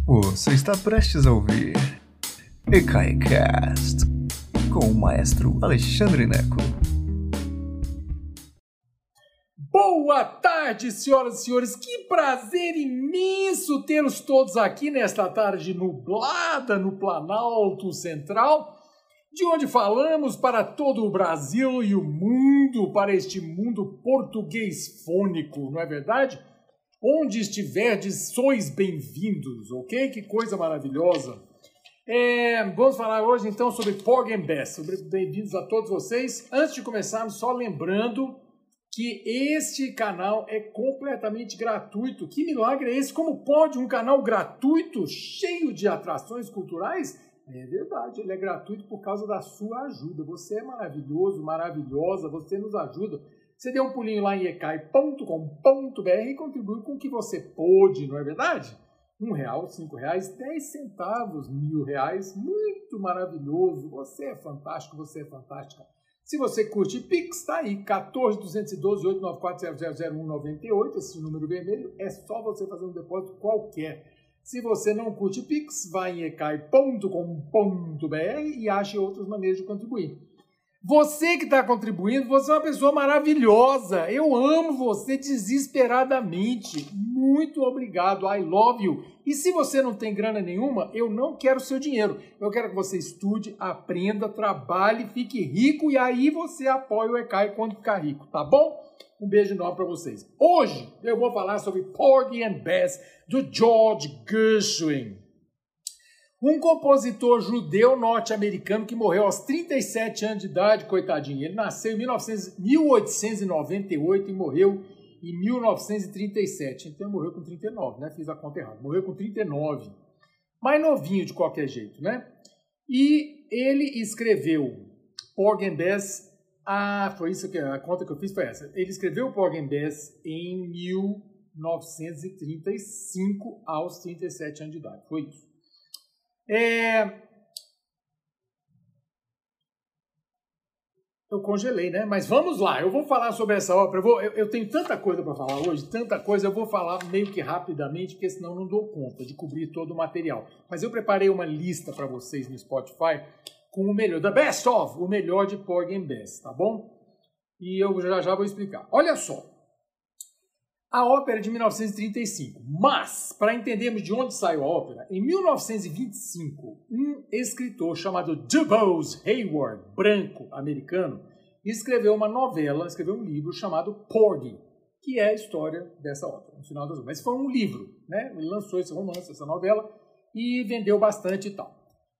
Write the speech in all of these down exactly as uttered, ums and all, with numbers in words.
Você está prestes a ouvir EKAICAST com o maestro Alexandre Neco. Boa tarde, senhoras e senhores. Que prazer imenso tê-los todos aqui nesta tarde nublada no Planalto Central, de onde falamos para todo o Brasil e o mundo, para este mundo português fônico, não é verdade? Onde estiverdes, sois bem-vindos, ok? Que coisa maravilhosa. É, vamos falar hoje então sobre Porgy and Bess. Sobre bem-vindos a todos vocês. Antes de começarmos, só lembrando que este canal é completamente gratuito. Que milagre é esse? Como pode um canal gratuito, cheio de atrações culturais? É verdade, ele é gratuito por causa da sua ajuda. Você é maravilhoso, maravilhosa, você nos ajuda. Você deu um pulinho lá em ecai ponto com ponto br e contribui com o que você pôde, não é verdade? Um real, cinco reais, dez centavos, mil reais, muito maravilhoso. Você é fantástico, você é fantástica. Se você curte Pix, tá aí, um quatro, dois um dois, oito nove quatro, zero zero zero um nove oito, esse número vermelho, é só você fazer um depósito qualquer. Se você não curte Pix, vai em ecai ponto com ponto br e ache outras maneiras de contribuir. Você que está contribuindo, você é uma pessoa maravilhosa. Eu amo você desesperadamente. Muito obrigado. I love you. E se você não tem grana nenhuma, eu não quero seu dinheiro. Eu quero que você estude, aprenda, trabalhe, fique rico e aí você apoia o EKAI quando ficar rico, tá bom? Um beijo enorme para vocês. Hoje eu vou falar sobre Porgy and Bess, do George Gershwin. Um compositor judeu norte-americano que morreu aos trinta e sete anos de idade, coitadinho. Ele nasceu em mil oitocentos e noventa e oito e morreu em mil novecentos e trinta e sete. Então ele morreu com trinta e nove, né? Fiz a conta errada. Morreu com trinta e nove. Mais novinho de qualquer jeito, né? E ele escreveu Porgy and Bess. Ah, foi isso que a conta que eu fiz foi essa. Ele escreveu Porgy and Bess em mil novecentos e trinta e cinco aos trinta e sete anos de idade. Foi isso. É... Eu congelei, né? Mas vamos lá, eu vou falar sobre essa ópera. Eu, vou... eu, eu tenho tanta coisa para falar hoje, tanta coisa, eu vou falar meio que rapidamente, porque senão não dou conta de cobrir todo o material. Mas eu preparei uma lista para vocês no Spotify com o melhor, the best of, o melhor de Porgy and Bess, tá bom? E eu já já vou explicar. Olha só. A ópera é de mil novecentos e trinta e cinco, mas, para entendermos de onde saiu a ópera, em mil novecentos e vinte e cinco, um escritor chamado DuBose Heyward, branco, americano, escreveu uma novela, escreveu um livro chamado Porgy, que é a história dessa ópera, no final das contas. Mas foi um livro, né? Ele lançou esse romance, essa novela, e vendeu bastante e tal.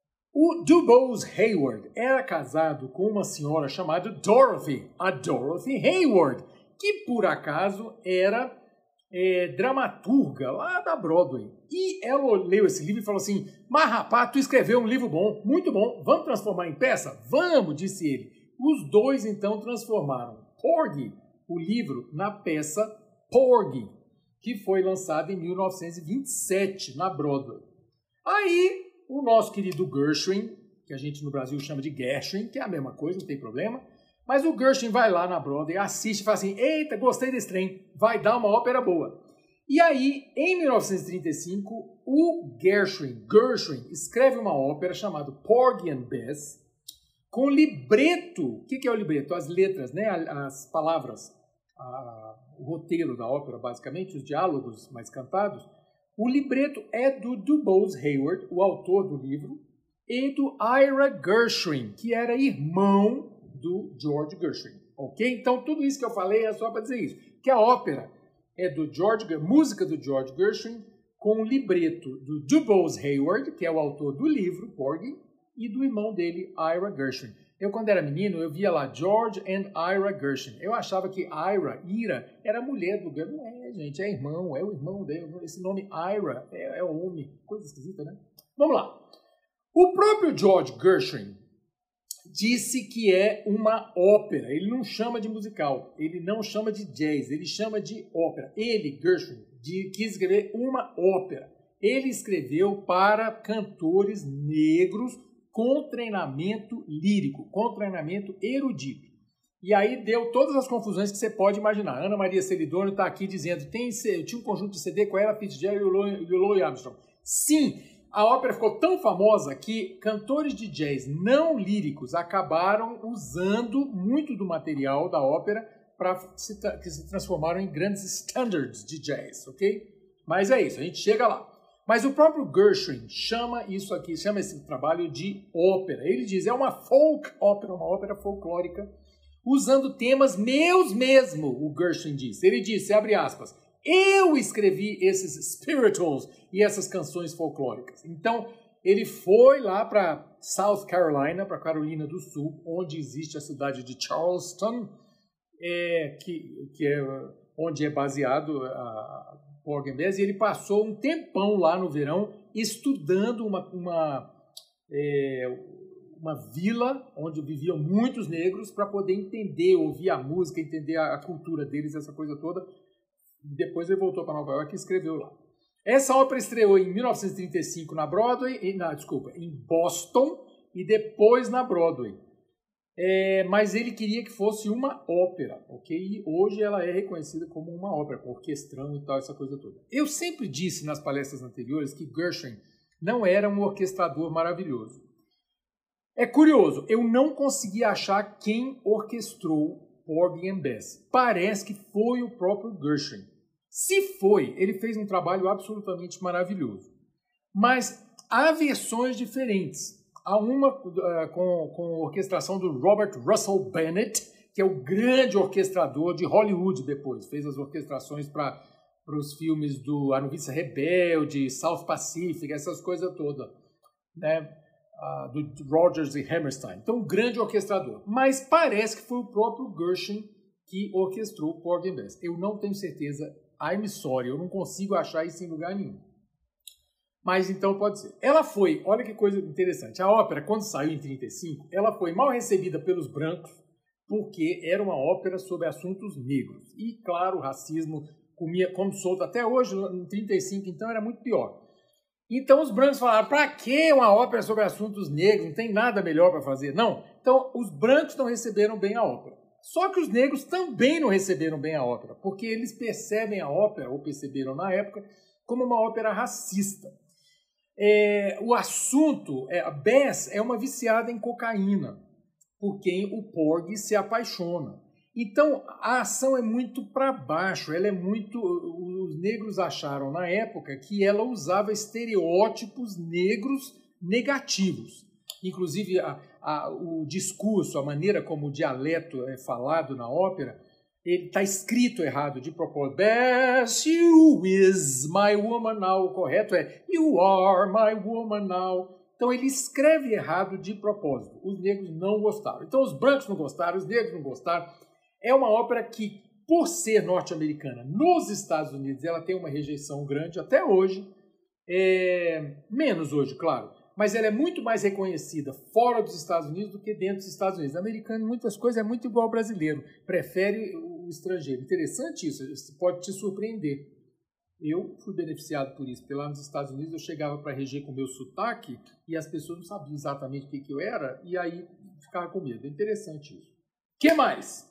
O DuBose Heyward era casado com uma senhora chamada Dorothy, a Dorothy Heyward, que por acaso era é, dramaturga lá da Broadway. E ela leu esse livro e falou assim: mas rapaz, tu escreveu um livro bom, muito bom, vamos transformar em peça? Vamos, disse ele. Os dois então transformaram Porgy, o livro, na peça Porgy, que foi lançada em mil novecentos e vinte e sete na Broadway. Aí o nosso querido Gershwin, que a gente no Brasil chama de Gershwin, que é a mesma coisa, não tem problema, mas o Gershwin vai lá na Broadway, assiste e fala assim: eita, gostei desse trem, vai dar uma ópera boa. E aí, em mil novecentos e trinta e cinco, o Gershwin, Gershwin escreve uma ópera chamada Porgy and Bess, com libreto. O que é o libreto? As letras, né? As palavras, a, o roteiro da ópera, basicamente, os diálogos mais cantados. O libreto é do DuBose Heyward, o autor do livro, e do Ira Gershwin, que era irmão do George Gershwin, ok? Então, tudo isso que eu falei é só para dizer isso, que a ópera é do George, música do George Gershwin, com o libreto do DuBose Heyward, que é o autor do livro, Porgy, e do irmão dele, Ira Gershwin. Eu, quando era menino, eu via lá George and Ira Gershwin. Eu achava que Ira, Ira, era a mulher do Gershwin. Não é, gente, é irmão, é o irmão dele. Esse nome Ira é, é homem, coisa esquisita, né? Vamos lá. O próprio George Gershwin disse que é uma ópera. Ele não chama de musical, ele não chama de jazz, ele chama de ópera. Ele, Gershwin, de, quis escrever uma ópera. Ele escreveu para cantores negros com treinamento lírico, com treinamento erudito. E aí deu todas as confusões que você pode imaginar. Ana Maria Celidônio está aqui dizendo, tem, tinha um conjunto de C D com ela, Fitzgerald e o Louis Armstrong. Sim, a ópera ficou tão famosa que cantores de jazz não líricos acabaram usando muito do material da ópera para se, que se transformaram em grandes standards de jazz, ok? Mas é isso, a gente chega lá. Mas o próprio Gershwin chama isso aqui, chama esse trabalho de ópera. Ele diz, é uma folk ópera, uma ópera folclórica, usando temas meus mesmo, o Gershwin disse. Ele disse, abre aspas, eu escrevi esses spirituals e essas canções folclóricas. Então, ele foi lá para South Carolina, para Carolina do Sul, onde existe a cidade de Charleston, é, que, que é onde é baseado a Porgy and Bess, e ele passou um tempão lá no verão estudando uma, uma, é, uma vila onde viviam muitos negros para poder entender, ouvir a música, entender a, a cultura deles, essa coisa toda. Depois ele voltou para Nova York e escreveu lá. Essa ópera estreou em mil novecentos e trinta e cinco na Broadway, e, na, desculpa, em Boston e depois na Broadway. É, mas ele queria que fosse uma ópera, ok? E hoje ela é reconhecida como uma ópera, com orquestrão e tal, essa coisa toda. Eu sempre disse nas palestras anteriores que Gershwin não era um orquestrador maravilhoso. É curioso, eu não consegui achar quem orquestrou Porgy and Bess. Parece que foi o próprio Gershwin. Se foi, ele fez um trabalho absolutamente maravilhoso. Mas há versões diferentes. Há uma uh, com, com a orquestração do Robert Russell Bennett, que é o grande orquestrador de Hollywood depois. Fez as orquestrações para os filmes do A Noviça Rebelde, South Pacific, essas coisas todas, né? Uh, do Rodgers e Hammerstein. Então, um grande orquestrador. Mas parece que foi o próprio Gershwin que orquestrou Porgy and Bess. Eu não tenho certeza. I'm sorry, eu não consigo achar isso em lugar nenhum. Mas então pode ser. Ela foi, olha que coisa interessante, a ópera, quando saiu em trinta e cinco, ela foi mal recebida pelos brancos, porque era uma ópera sobre assuntos negros. E, claro, o racismo comia como solto até hoje, em trinta e cinco, então era muito pior. Então os brancos falaram, para que uma ópera sobre assuntos negros? Não tem nada melhor para fazer. Não. Então os brancos não receberam bem a ópera. Só que os negros também não receberam bem a ópera, porque eles percebem a ópera, ou perceberam na época, como uma ópera racista. É, o assunto, é, a Bess é uma viciada em cocaína, por quem o Porgy se apaixona. Então, a ação é muito para baixo, ela é muito... Os negros acharam na época que ela usava estereótipos negros negativos. Inclusive, a, a, o discurso, a maneira como o dialeto é falado na ópera, ele está escrito errado de propósito. Bess, you is my woman now. O correto é you are my woman now. Então ele escreve errado de propósito. Os negros não gostaram. Então os brancos não gostaram, os negros não gostaram. É uma ópera que, por ser norte-americana, nos Estados Unidos, ela tem uma rejeição grande até hoje. É... Menos hoje, claro. Mas ela é muito mais reconhecida fora dos Estados Unidos do que dentro dos Estados Unidos. O americano, em muitas coisas, é muito igual ao brasileiro. Prefere o estrangeiro. Interessante isso. Isso pode te surpreender. Eu fui beneficiado por isso. Porque lá nos Estados Unidos eu chegava para reger com o meu sotaque e as pessoas não sabiam exatamente o que, que eu era e aí ficava com medo. É interessante isso. O que mais?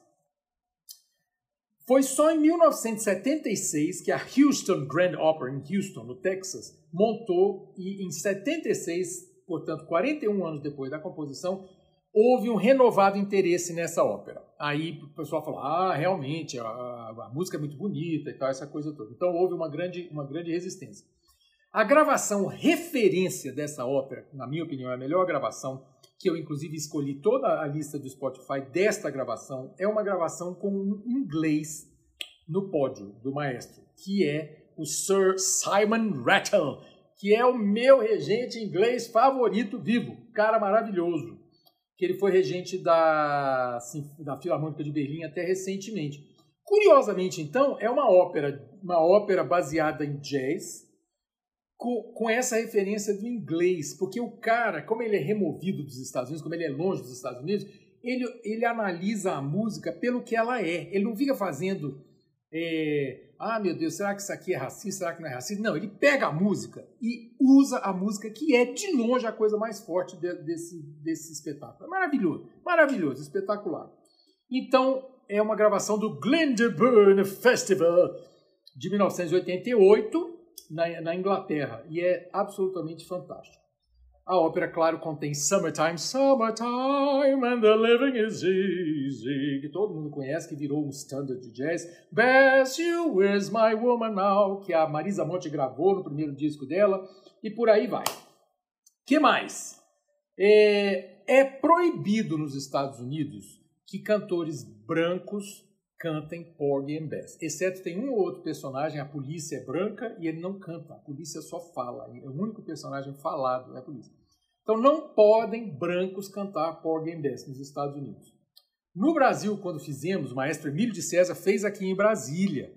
Foi só em mil novecentos e setenta e seis que a Houston Grand Opera, em Houston, no Texas, montou, e em setenta e seis, portanto, quarenta e um anos depois da composição, houve um renovado interesse nessa ópera. Aí o pessoal falou, ah, realmente, a, a música é muito bonita e tal, essa coisa toda. Então houve uma grande, uma grande resistência. A gravação referência dessa ópera, na minha opinião, é a melhor gravação, que eu inclusive escolhi toda a lista do Spotify desta gravação, é uma gravação com um inglês no pódio do maestro, que é o Sir Simon Rattle, que é o meu regente inglês favorito vivo, cara maravilhoso, que ele foi regente da, assim, da Filarmônica de Berlim até recentemente. Curiosamente, então, é uma ópera, uma ópera baseada em jazz, Com, com essa referência do inglês, porque o cara, como ele é removido dos Estados Unidos, como ele é longe dos Estados Unidos, ele, ele analisa a música pelo que ela é. Ele não fica fazendo, é, ah, meu Deus, será que isso aqui é racista, será que não é racista? Não, ele pega a música e usa a música, que é, de longe, a coisa mais forte de, desse, desse espetáculo. É maravilhoso, maravilhoso, espetacular. Então, é uma gravação do Glenderburn Festival de mil novecentos e oitenta e oito, na, na Inglaterra, e é absolutamente fantástico. A ópera, claro, contém Summertime, Summertime, and the living is easy, que todo mundo conhece, que virou um standard de jazz. Best You Is My Woman Now, que a Marisa Monte gravou no primeiro disco dela, e por aí vai. Que mais? É, é proibido nos Estados Unidos que cantores brancos cantem Porgy and Bess. Exceto tem um ou outro personagem, a polícia é branca e ele não canta, a polícia só fala. É o único personagem falado, é a polícia. Então não podem brancos cantar Porgy and Bess nos Estados Unidos. No Brasil, quando fizemos, o maestro Emílio de César fez aqui em Brasília.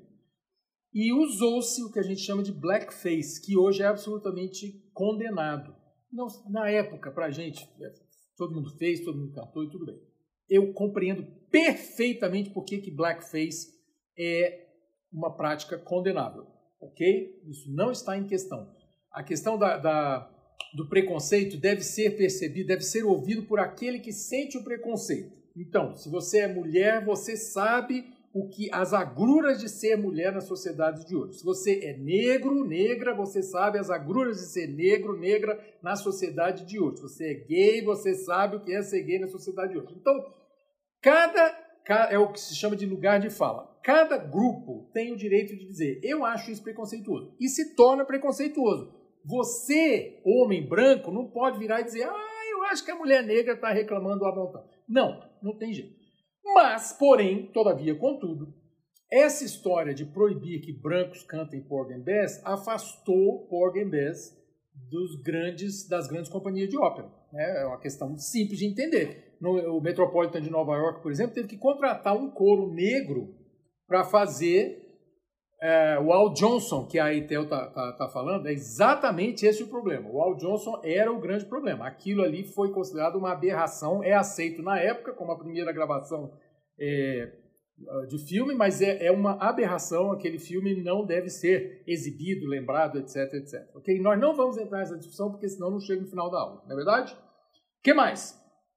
E usou-se o que a gente chama de blackface, que hoje é absolutamente condenado. Não, na época, pra gente, todo mundo fez, todo mundo cantou e tudo bem. Eu compreendo perfeitamente por que que blackface é uma prática condenável, ok? Isso não está em questão. A questão da, da, do preconceito deve ser percebido, deve ser ouvido por aquele que sente o preconceito. Então, se você é mulher, você sabe o que as agruras de ser mulher na sociedade de hoje. Se você é negro, negra, você sabe as agruras de ser negro, negra na sociedade de hoje. Se você é gay, você sabe o que é ser gay na sociedade de hoje. Então, cada, é o que se chama de lugar de fala. Cada grupo tem o direito de dizer, eu acho isso preconceituoso. E se torna preconceituoso. Você, homem branco, não pode virar e dizer, ah, eu acho que a mulher negra está reclamando à vontade. Não, não tem jeito. Mas, porém, todavia, contudo, essa história de proibir que brancos cantem Porgy and Bess afastou Porgy and Bess dos grandes, das grandes companhias de ópera. É uma questão simples de entender. No, o Metropolitan de Nova York, por exemplo, teve que contratar um coro negro para fazer é, o Al Johnson, que a Etel está tá, tá falando, é exatamente esse o problema. O Al Johnson era o grande problema. Aquilo ali foi considerado uma aberração, é aceito na época como a primeira gravação é, de filme, mas é, é uma aberração, aquele filme não deve ser exibido, lembrado, etc, etcétera. Okay? Nós não vamos entrar nessa discussão, porque senão não chega no final da aula, não é verdade? O que mais?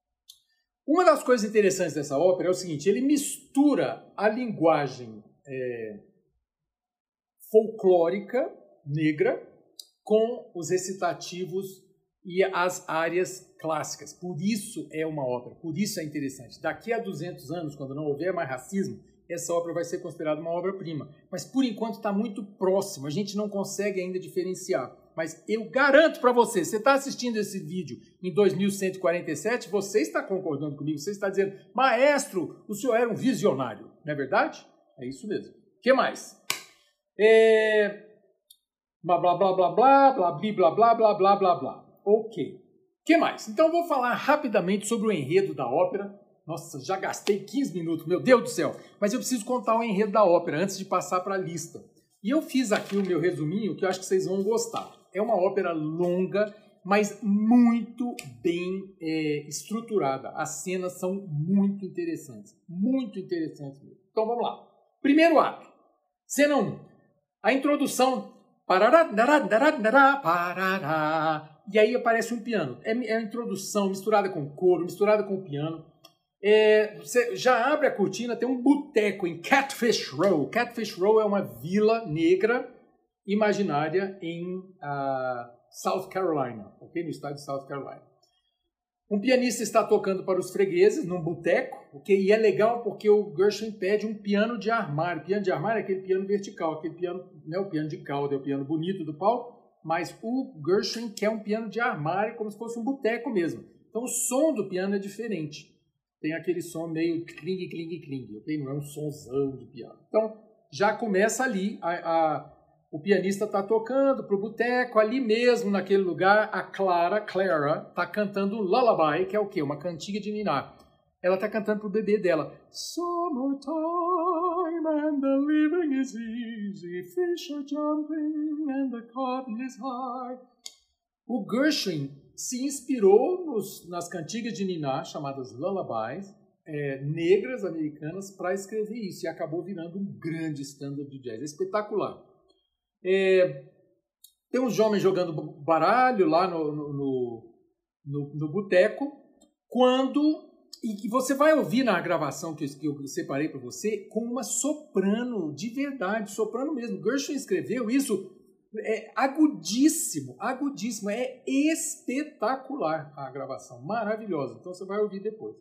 Uma das coisas interessantes dessa ópera é o seguinte, ele mistura a linguagem é, folclórica negra com os recitativos e as áreas clássicas. Por isso é uma ópera, por isso é interessante. Daqui a duzentos anos, quando não houver mais racismo, essa ópera vai ser considerada uma obra-prima. Mas, por enquanto, está muito próximo. A gente não consegue ainda diferenciar. Mas eu garanto para você, você está assistindo esse vídeo em dois mil cento e quarenta e sete, você está concordando comigo, você está dizendo, maestro, o senhor era um visionário. Não é verdade? É isso mesmo. O que mais? É... Blá, blá, blá, blá, blá, blá, blá, blá, blá, blá, blá, blá. Ok. O que mais? Então, eu vou falar rapidamente sobre o enredo da ópera. Nossa, já gastei quinze minutos, meu Deus do céu. Mas eu preciso contar o enredo da ópera antes de passar para a lista. E eu fiz aqui o meu resuminho, que eu acho que vocês vão gostar. É uma ópera longa, mas muito bem é, estruturada. As cenas são muito interessantes. Muito interessantes mesmo. Então, vamos lá. Primeiro ato. Cena um. A introdução. Parará, parará, parará, e aí aparece um piano. É, é a introdução misturada com coro, misturada com o piano. É, você já abre a cortina, tem um boteco em Catfish Row. Catfish Row é uma vila negra imaginária em uh, South Carolina, ok? No estado de South Carolina. Um pianista está tocando para os fregueses num boteco, ok? E é legal porque o Gershwin pede um piano de armário. Piano de armário é aquele piano vertical, aquele piano, não é o piano de cauda, é o piano bonito do palco, mas o Gershwin quer um piano de armário como se fosse um boteco mesmo. Então o som do piano é diferente. Tem aquele som meio cling, cling, cling, ok? Não é um sonzão de piano. Então já começa ali a... a o pianista está tocando para o boteco, ali mesmo, naquele lugar, a Clara, Clara, está cantando um lullaby, que é o quê? Uma cantiga de ninar. Ela está cantando para o bebê dela. Summertime and the living is easy, fish are jumping and the cotton is high. O Gershwin se inspirou nos, nas cantigas de ninar, chamadas lullabies, é, negras americanas, para escrever isso, e acabou virando um grande standard de jazz. É espetacular. É, tem uns homens jogando baralho lá no, no, no, no, no boteco, quando, e que você vai ouvir na gravação que eu, que eu separei para você, com uma soprano de verdade, soprano mesmo. Gershwin escreveu isso É agudíssimo, agudíssimo. É espetacular a gravação, maravilhosa. Então você vai ouvir depois.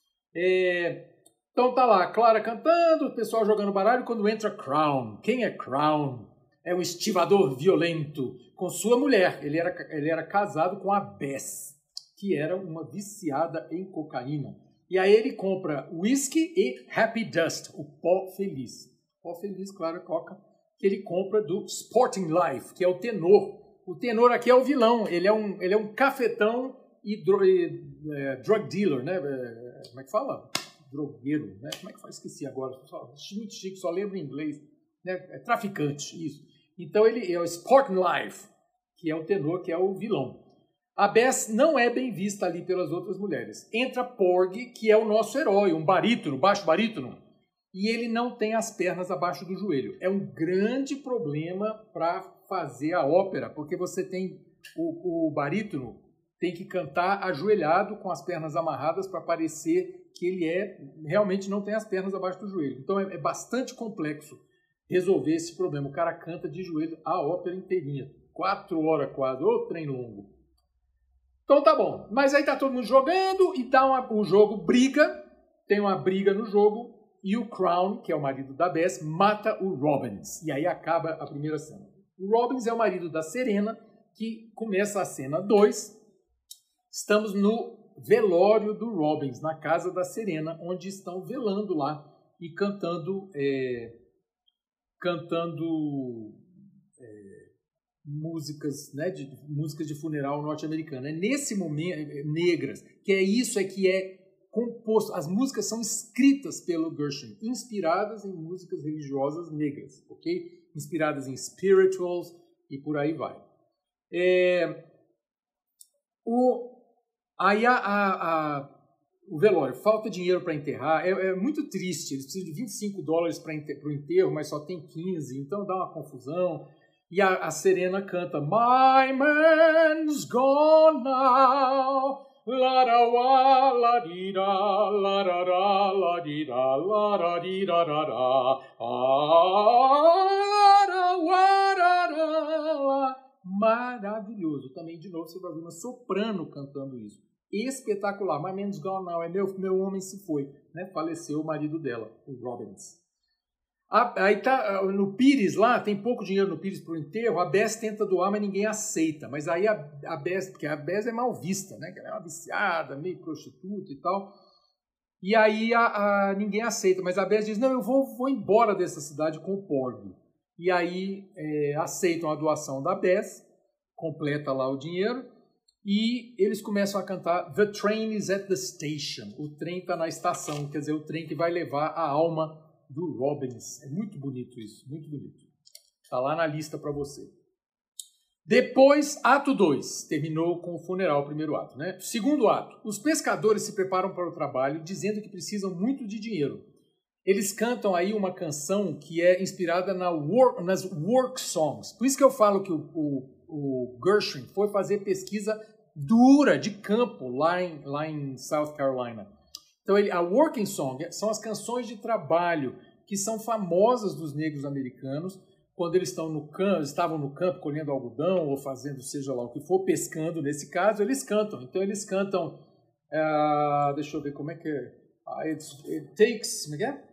É, então tá lá, Clara cantando, o pessoal jogando baralho, quando entra Crown. Quem é Crown? É um estivador violento com sua mulher. Ele era, ele era casado com a Bess, que era uma viciada em cocaína. E aí ele compra whisky e Happy Dust, o pó feliz. Pó feliz, claro, coca, que ele compra do Sporting Life, que é o tenor. O tenor aqui é o vilão, ele é um, ele é um cafetão e, dro, e é, drug dealer, né? É, como é que fala? Drogueiro, né? Como é que fala? Esqueci agora. Só, muito chique, só lembro em inglês. Né? É traficante, isso. Então ele é o Sporting Life, que é o tenor, que é o vilão. A Bess não é bem vista ali pelas outras mulheres. Entra Porgy, que é o nosso herói, um barítono, baixo barítono, e ele não tem as pernas abaixo do joelho. É um grande problema para fazer a ópera, porque você tem o, o barítono tem que cantar ajoelhado com as pernas amarradas para parecer que ele é realmente não tem as pernas abaixo do joelho. Então é, é bastante complexo resolver esse problema. O cara canta de joelho a ópera inteirinha, quatro horas quase, ô trem longo. Então tá bom, mas aí tá todo mundo jogando e dá uma, o jogo briga, tem uma briga no jogo e o Crown, que é o marido da Bess, mata o Robbins. E aí acaba a primeira cena. O Robbins é o marido da Serena, que começa a cena dois. Estamos no velório do Robbins, na casa da Serena, onde estão velando lá e cantando, é, cantando é, músicas, né, de, músicas de funeral norte-americana. É nesse momento, negras, que é isso é que é composto. As músicas são escritas pelo Gershwin, inspiradas em músicas religiosas negras, ok? Inspiradas em spirituals e por aí vai. É, o, aí a, a, a, o velório, falta dinheiro para enterrar, é, é muito triste. Eles precisam de vinte e cinco dólares para o enterro, mas só tem quinze, então dá uma confusão. E a, a Serena canta My man's gone now. La da wa la di da la da da la di da la da di da da da la da wa da da. Maravilhoso. Também de novo você vai ouvir uma soprano cantando isso. Espetacular. My man's gone now. É meu meu homem se foi, né? Faleceu o marido dela, o Robbins. Aí tá, no Pires lá, tem pouco dinheiro no Pires para o enterro, a Bess tenta doar, mas ninguém aceita. Mas aí a, a Bess, porque a Bess é mal vista, né? Ela é uma viciada, meio prostituta e tal. E aí a, a, ninguém aceita, mas a Bess diz, não, eu vou, vou embora dessa cidade com o Porgy. E aí é, aceitam a doação da Bess, completa lá o dinheiro, e eles começam a cantar The Train is at the Station. O trem está na estação, quer dizer, o trem que vai levar a alma do Robbins. É muito bonito isso, muito bonito. Está lá na lista para você. Depois, ato dois. Terminou com o funeral, o primeiro ato, né? Segundo ato. Os pescadores se preparam para o trabalho, dizendo que precisam muito de dinheiro. Eles cantam aí uma canção que é inspirada na work, nas work songs. Por isso que eu falo que o, o, o Gershwin foi fazer pesquisa dura, de campo, lá em, lá em South Carolina. Então, ele, a working song são as canções de trabalho que são famosas dos negros americanos quando eles estão no campo, estavam no campo colhendo algodão ou fazendo seja lá o que for, pescando nesse caso, eles cantam. Então, eles cantam, uh, deixa eu ver como é que é, uh, it takes, como é que é?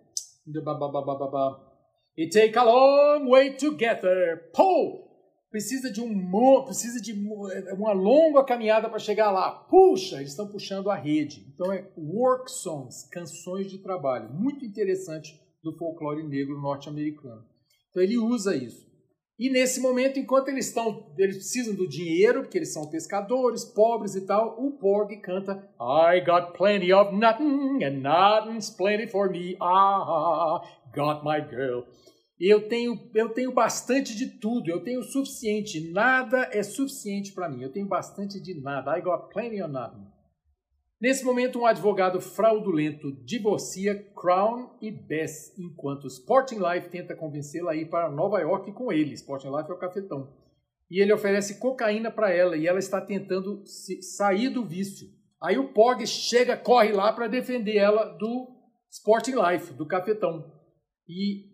It take a long way to get there. Pô! Precisa de um precisa de uma longa caminhada para chegar lá. Puxa, eles estão puxando a rede. Então é work songs, canções de trabalho. Muito interessante do folclore negro norte-americano. Então ele usa isso. E nesse momento, enquanto eles estão, eles precisam do dinheiro, porque eles são pescadores, pobres e tal, o Porgy canta I got plenty of nothing and nothing's plenty for me. Ah, got my girl. Eu tenho, eu tenho bastante de tudo, eu tenho o suficiente, nada é suficiente para mim, eu tenho bastante de nada, I got plenty of nothing. Nesse momento, um advogado fraudulento divorcia Crown e Bess, enquanto Sporting Life tenta convencê-la a ir para Nova York com ele. Sporting Life é o cafetão. E ele oferece cocaína para ela, e ela está tentando se, sair do vício. Aí o Porgy chega, corre lá para defender ela do Sporting Life, do cafetão. E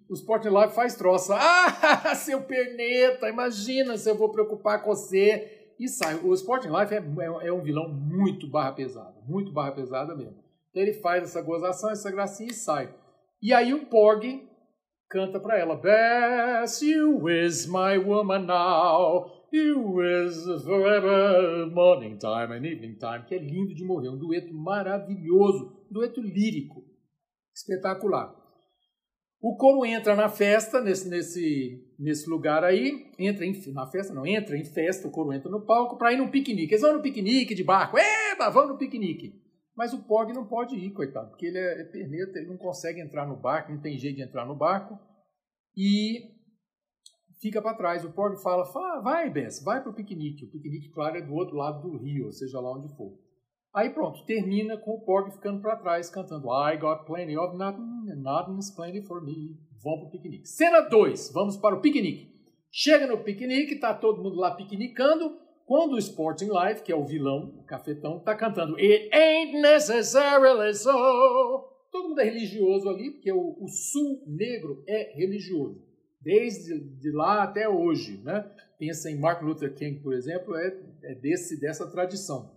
o Sporting Life faz troça. Ah, seu perneta, imagina se eu vou preocupar com você. E sai. O Sporting Life é, é, é um vilão muito barra pesada, muito barra pesada mesmo. Então ele faz essa gozação, essa gracinha e sai. E aí o Porgy canta pra ela, Bess, you is my woman now, you is forever morning time and evening time, que é lindo de morrer, um dueto maravilhoso, um dueto lírico, espetacular. O coro entra na festa, nesse, nesse, nesse lugar aí, entra em, na festa, não, entra em festa, o coro entra no palco para ir num piquenique. Eles vão no piquenique de barco, eba, vão no piquenique. Mas o Porgy não pode ir, coitado, porque ele é perneta, ele não consegue entrar no barco, não tem jeito de entrar no barco, e fica para trás. O Porgy fala, fala vai, Bess, vai para o piquenique. O piquenique, claro, é do outro lado do rio, ou seja lá onde for. Aí pronto, termina com o Porgy ficando para trás, cantando I got plenty of nothing, and nothing's plenty for me. Vão para o piquenique. Cena dois, vamos para o piquenique. Chega no piquenique, está todo mundo lá piquenicando, quando o Sporting Life, que é o vilão, o cafetão, está cantando It ain't necessarily so. Todo mundo é religioso ali, porque o, o sul negro é religioso. Desde de lá até hoje, né? Pensa em Martin Luther King, por exemplo, é, é desse, dessa tradição.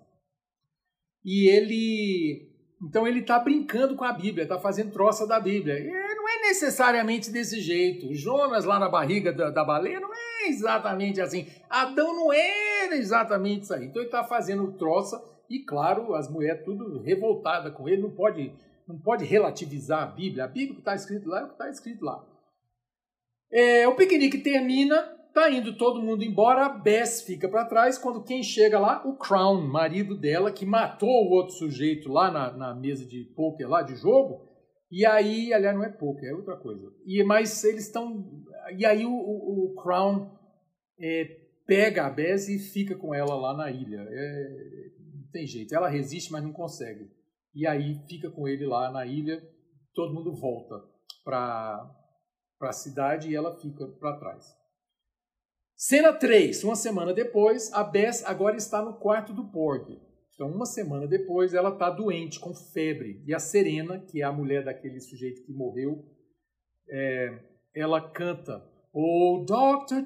E ele, então ele está brincando com a Bíblia, está fazendo troça da Bíblia. E não é necessariamente desse jeito. Jonas lá na barriga da, da baleia não é exatamente assim. Adão não era exatamente isso aí. Então ele está fazendo troça e, claro, as mulheres tudo revoltadas com ele. Não pode, não pode relativizar a Bíblia. A Bíblia que está escrito lá é o que está escrito lá. É, o piquenique termina. Tá indo todo mundo embora, a Bess fica para trás, quando quem chega lá, o Crown, marido dela, que matou o outro sujeito lá na, na mesa de pôquer, lá de jogo, e aí, aliás, não é pôquer, é outra coisa. E, mas eles estão... E aí o, o, o Crown é, pega a Bess e fica com ela lá na ilha. É, não tem jeito, ela resiste, mas não consegue. E aí fica com ele lá na ilha, todo mundo volta para a cidade e ela fica para trás. Cena três, uma semana depois, a Bess agora está no quarto do Porgy. Então, uma semana depois, ela está doente, com febre. E a Serena, que é a mulher daquele sujeito que morreu, é, ela canta Oh, doutor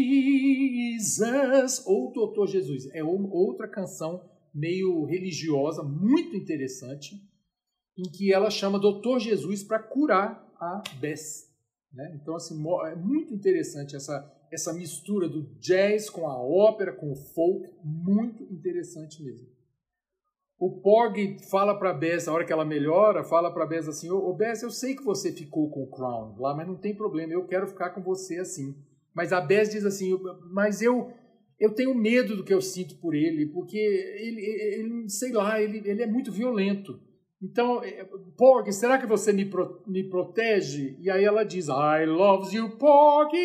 Jesus, ou doutor Jesus. É outra canção meio religiosa, muito interessante, em que ela chama doutor Jesus para curar a Bess. Né? Então, assim, é muito interessante essa... essa mistura do jazz com a ópera, com o folk, muito interessante mesmo. O Porgy fala para a Bess, a hora que ela melhora, fala para a Bess assim, ô Bess, eu sei que você ficou com o Crown lá, mas não tem problema, eu quero ficar com você assim. Mas a Bess diz assim, mas eu, eu tenho medo do que eu sinto por ele, porque ele, ele sei lá, ele, ele é muito violento. Então, Porgy, será que você me, pro, me protege? E aí ela diz, I love you, Porgy,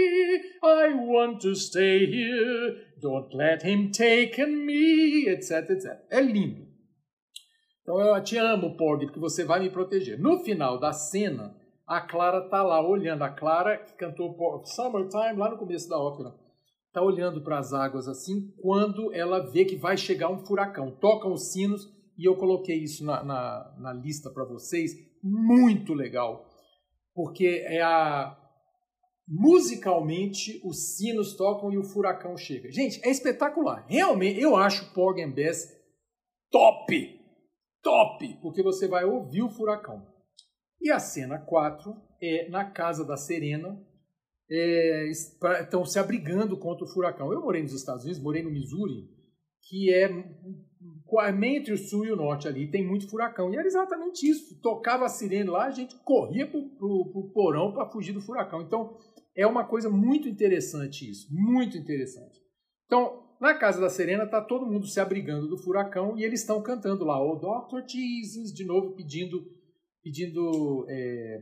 I want to stay here, don't let him take me, etc, etcétera. É lindo. Então, eu te amo, Porgy, porque você vai me proteger. No final da cena, a Clara está lá olhando. A Clara, que cantou Summertime, lá no começo da ópera, está olhando para as águas assim, quando ela vê que vai chegar um furacão. Tocam os sinos, e eu coloquei isso na, na, na lista para vocês, muito legal, porque é a... musicalmente os sinos tocam e o furacão chega. Gente, é espetacular. Realmente, eu acho Porgy and Bess top, top, porque você vai ouvir o furacão. E a cena quatro é na casa da Serena, é, estão se abrigando contra o furacão. Eu morei nos Estados Unidos, morei no Missouri, que é... entre o sul e o norte ali, tem muito furacão. E era exatamente isso. Tocava a sirene lá, a gente corria para o porão para fugir do furacão. Então, é uma coisa muito interessante isso. Muito interessante. Então, na casa da Serena, está todo mundo se abrigando do furacão e eles estão cantando lá, oh, doutor Jesus, de novo pedindo, pedindo é,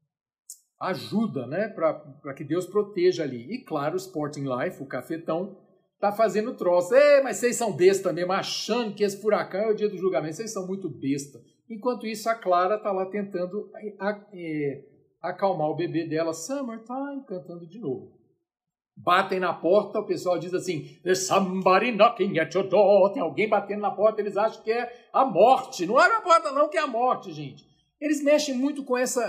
ajuda, né, para que Deus proteja ali. E, claro, o Sporting Life, o cafetão, tá fazendo troço. Ei, mas vocês são besta mesmo, achando que esse furacão é o dia do julgamento. Vocês são muito besta. Enquanto isso, a Clara tá lá tentando a, a, é, acalmar o bebê dela. Summertime, cantando de novo. Batem na porta, o pessoal diz assim, there's somebody knocking at your door. Tem alguém batendo na porta, eles acham que é a morte. Não abre a porta não, que é a morte, gente. Eles mexem muito com essa...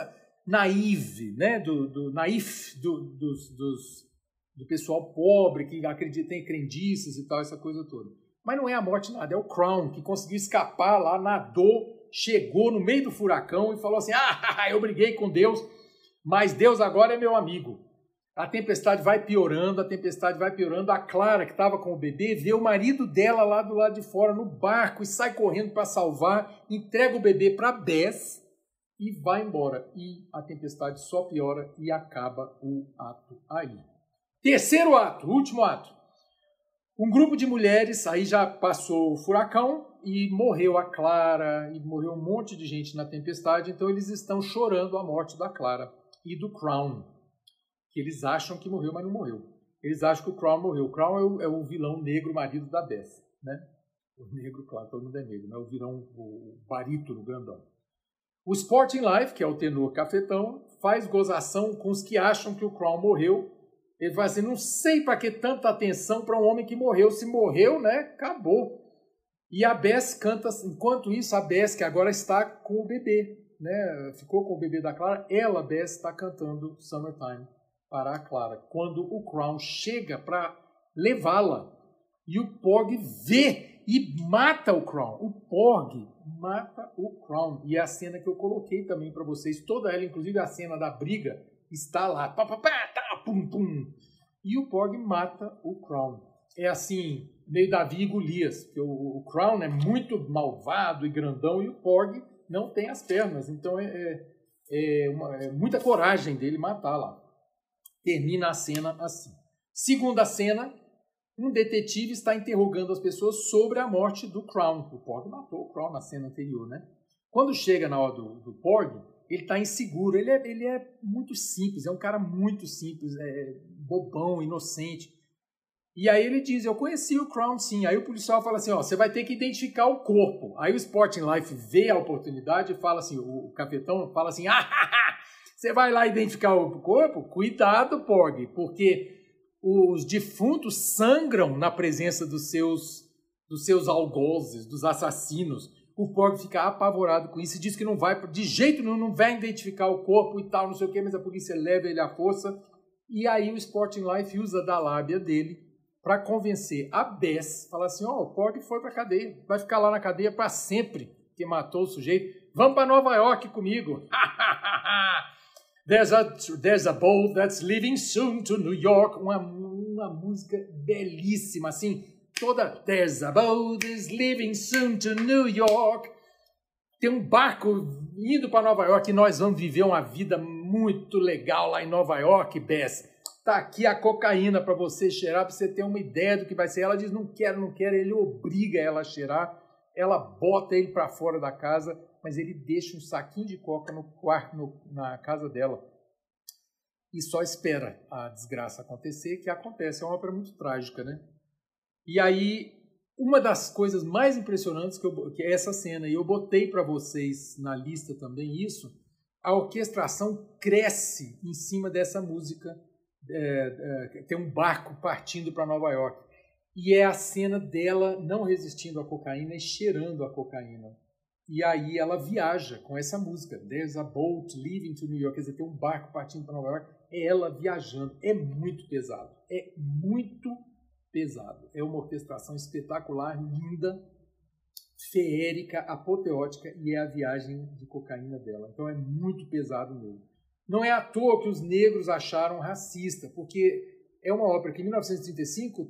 naive, né? do, do naif do, dos, dos, do pessoal pobre que acredita em crendices e tal, essa coisa toda. Mas não é a morte nada, é o Crown, que conseguiu escapar lá, nadou, chegou no meio do furacão e falou assim, ah, eu briguei com Deus, mas Deus agora é meu amigo. A tempestade vai piorando, a tempestade vai piorando. A Clara, que estava com o bebê, vê o marido dela lá do lado de fora, no barco, e sai correndo para salvar, entrega o bebê para Bess e vai embora. E a tempestade só piora e acaba o ato aí. Terceiro ato, último ato. Um grupo de mulheres, aí já passou o furacão e morreu a Clara, e morreu um monte de gente na tempestade, então eles estão chorando a morte da Clara e do Crown, que eles acham que morreu, mas não morreu. Eles acham que o Crown morreu. O Crown é o, é o vilão negro, marido da Bess, né? O negro, claro, todo mundo é negro, né? O vilão, o barítono grandão. O Sporting Life, que é o tenor cafetão, faz gozação com os que acham que o Crown morreu. Ele fala assim, não sei para que tanta atenção para um homem que morreu. Se morreu, né, acabou. E a Bess canta, enquanto isso, a Bess, que agora está com o bebê, né, ficou com o bebê da Clara, ela, Bess, está cantando Summertime para a Clara. Quando o Crown chega para levá-la, e o Porg vê e mata o Crown. O Porg mata o Crown. E é a cena que eu coloquei também para vocês, toda ela, inclusive a cena da briga, está lá, pá, pá, pá, tá, pum, pum. E o Porg mata o Crown. É assim, meio Davi e Golias, porque o, o Crown é muito malvado e grandão e o Porg não tem as pernas. Então é, é, é, uma, é muita coragem dele matar lá. Termina a cena assim. Segunda cena, um detetive está interrogando as pessoas sobre a morte do Crown. O Porg matou o Crown na cena anterior, né? Quando chega na hora do, do Porg, ele está inseguro, ele é, ele é muito simples, é um cara muito simples, é bobão, inocente. E aí ele diz, eu conheci o Crown sim. Aí o policial fala assim, ó, você vai ter que identificar o corpo. Aí o Sporting Life vê a oportunidade e fala assim, o, o cafetão fala assim, ah, você vai lá identificar o corpo? Cuidado, Porg, porque os defuntos sangram na presença dos seus, dos seus algozes, dos assassinos. O Porg fica apavorado com isso e diz que não vai, de jeito nenhum, não vai identificar o corpo e tal, não sei o quê, mas a polícia leva ele à força. E aí o Sporting Life usa da lábia dele para convencer a Bess, falar assim, ó, oh, o Porg foi para cadeia, vai ficar lá na cadeia para sempre, que matou o sujeito. Vamos para Nova York comigo. There's a, there's a boat that's leaving soon to New York. Uma, uma música belíssima, assim, toda, there's a boat is leaving soon to New York. Tem um barco indo para Nova York e nós vamos viver uma vida muito legal lá em Nova York, Bess. Tá aqui a cocaína para você cheirar, para você ter uma ideia do que vai ser. Ela diz, não quero, não quero. Ele obriga ela a cheirar. Ela bota ele para fora da casa, mas ele deixa um saquinho de coca no quarto, no, na casa dela. E só espera a desgraça acontecer, que acontece. É uma ópera muito trágica, né? E aí, uma das coisas mais impressionantes que, eu, que é essa cena, e eu botei para vocês na lista também isso, a orquestração cresce em cima dessa música, é, é, tem um barco partindo para Nova York, e é a cena dela não resistindo à cocaína e cheirando a cocaína. E aí ela viaja com essa música, There's a boat leaving to New York, quer dizer, tem um barco partindo para Nova York, é ela viajando, é muito pesado, é muito pesado. É uma orquestração espetacular, linda, feérica, apoteótica, e é a viagem de cocaína dela. Então é muito pesado mesmo. Não é à toa que os negros acharam racista, porque é uma ópera que em mil novecentos e trinta e cinco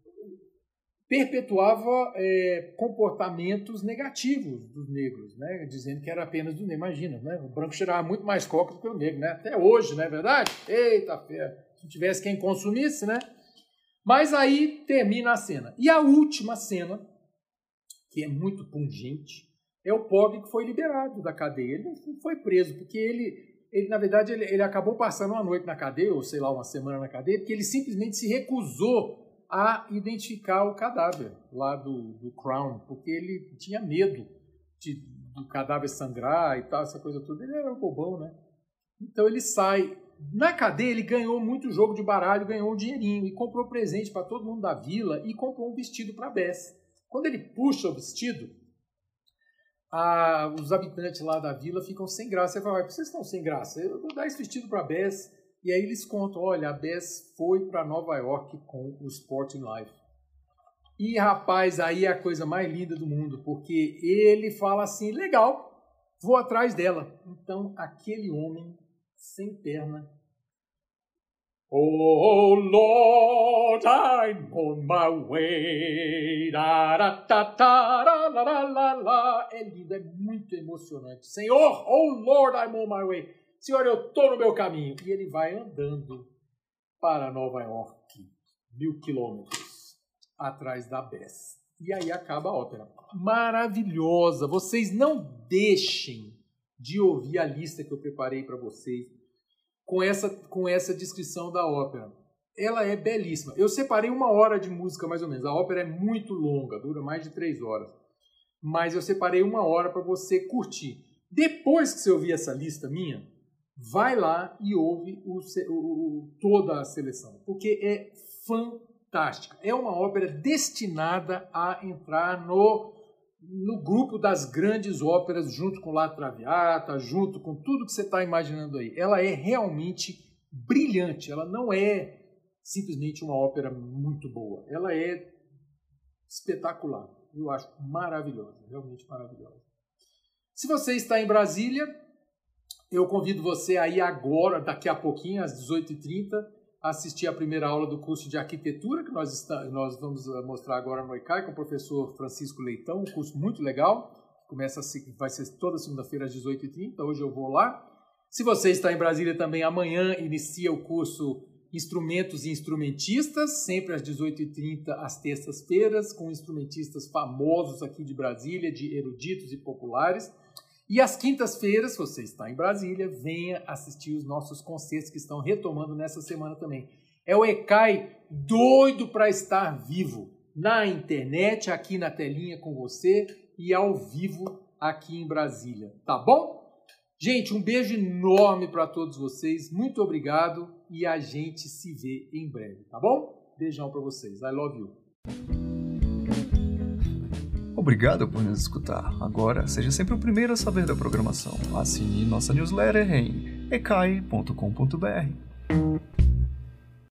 perpetuava é, comportamentos negativos dos negros, né? Dizendo que era apenas do negro. Imagina, né? O branco cheirava muito mais coca do que o negro, né? Até hoje, não é verdade? Eita, fé. Se tivesse quem consumisse, né? Mas aí termina a cena. E a última cena, que é muito pungente, é o Porg que foi liberado da cadeia. Ele não foi preso, porque ele, ele na verdade, ele, ele acabou passando uma noite na cadeia, ou sei lá, uma semana na cadeia, porque ele simplesmente se recusou a identificar o cadáver lá do, do Crown, porque ele tinha medo de, do cadáver sangrar e tal, essa coisa toda. Ele era um bobão, né? Então ele sai. Na cadeia ele ganhou muito jogo de baralho, ganhou um dinheirinho e comprou presente para todo mundo da vila e comprou um vestido para Bess. Quando ele puxa o vestido, a, os habitantes lá da vila ficam sem graça. Você fala, por que vocês estão sem graça? Eu vou dar esse vestido para a Bess. E aí eles contam, olha, a Bess foi para Nova York com o Sporting Life. E, rapaz, aí é a coisa mais linda do mundo, porque ele fala assim, legal, vou atrás dela. Então, aquele homem sem perna. Oh, Lord, I'm on my way. Da, da, da, da, da, da, da, da. É lindo, é muito emocionante. Senhor, oh, Lord, I'm on my way. Senhor, eu estou no meu caminho. E ele vai andando para Nova York, mil quilômetros, atrás da Bess. E aí acaba a ópera. Maravilhosa. Vocês não deixem de ouvir a lista que eu preparei para vocês com essa, com essa descrição da ópera. Ela é belíssima. Eu separei uma hora de música, mais ou menos. A ópera é muito longa, dura mais de três horas. Mas eu separei uma hora para você curtir. Depois que você ouvir essa lista minha, vai lá e ouve o, o, toda a seleção, porque é fantástica. É uma ópera destinada a entrar no, no grupo das grandes óperas, junto com La Traviata, junto com tudo que você está imaginando aí. Ela é realmente brilhante, ela não é simplesmente uma ópera muito boa, ela é espetacular. Eu acho maravilhosa, realmente maravilhosa. Se você está em Brasília, eu convido você aí agora, daqui a pouquinho, às dezoito e trinta, a assistir a primeira aula do curso de arquitetura, que nós, está, nós vamos mostrar agora no E C A I, com o professor Francisco Leitão, um curso muito legal, começa a, vai ser toda segunda-feira às dezoito e trinta, hoje eu vou lá. Se você está em Brasília também, amanhã inicia o curso Instrumentos e Instrumentistas, sempre às dezoito e trinta, às terças-feiras, com instrumentistas famosos aqui de Brasília, de eruditos e populares. E às quintas-feiras, se você está em Brasília, venha assistir os nossos concertos que estão retomando nessa semana também. É o E C A I doido para estar vivo, na internet, aqui na telinha com você e ao vivo aqui em Brasília, tá bom? Gente, um beijo enorme para todos vocês, muito obrigado e a gente se vê em breve, tá bom? Beijão para vocês, I love you. Obrigado por nos escutar. Agora, seja sempre o primeiro a saber da programação. Assine nossa newsletter em e c a i ponto com ponto b r.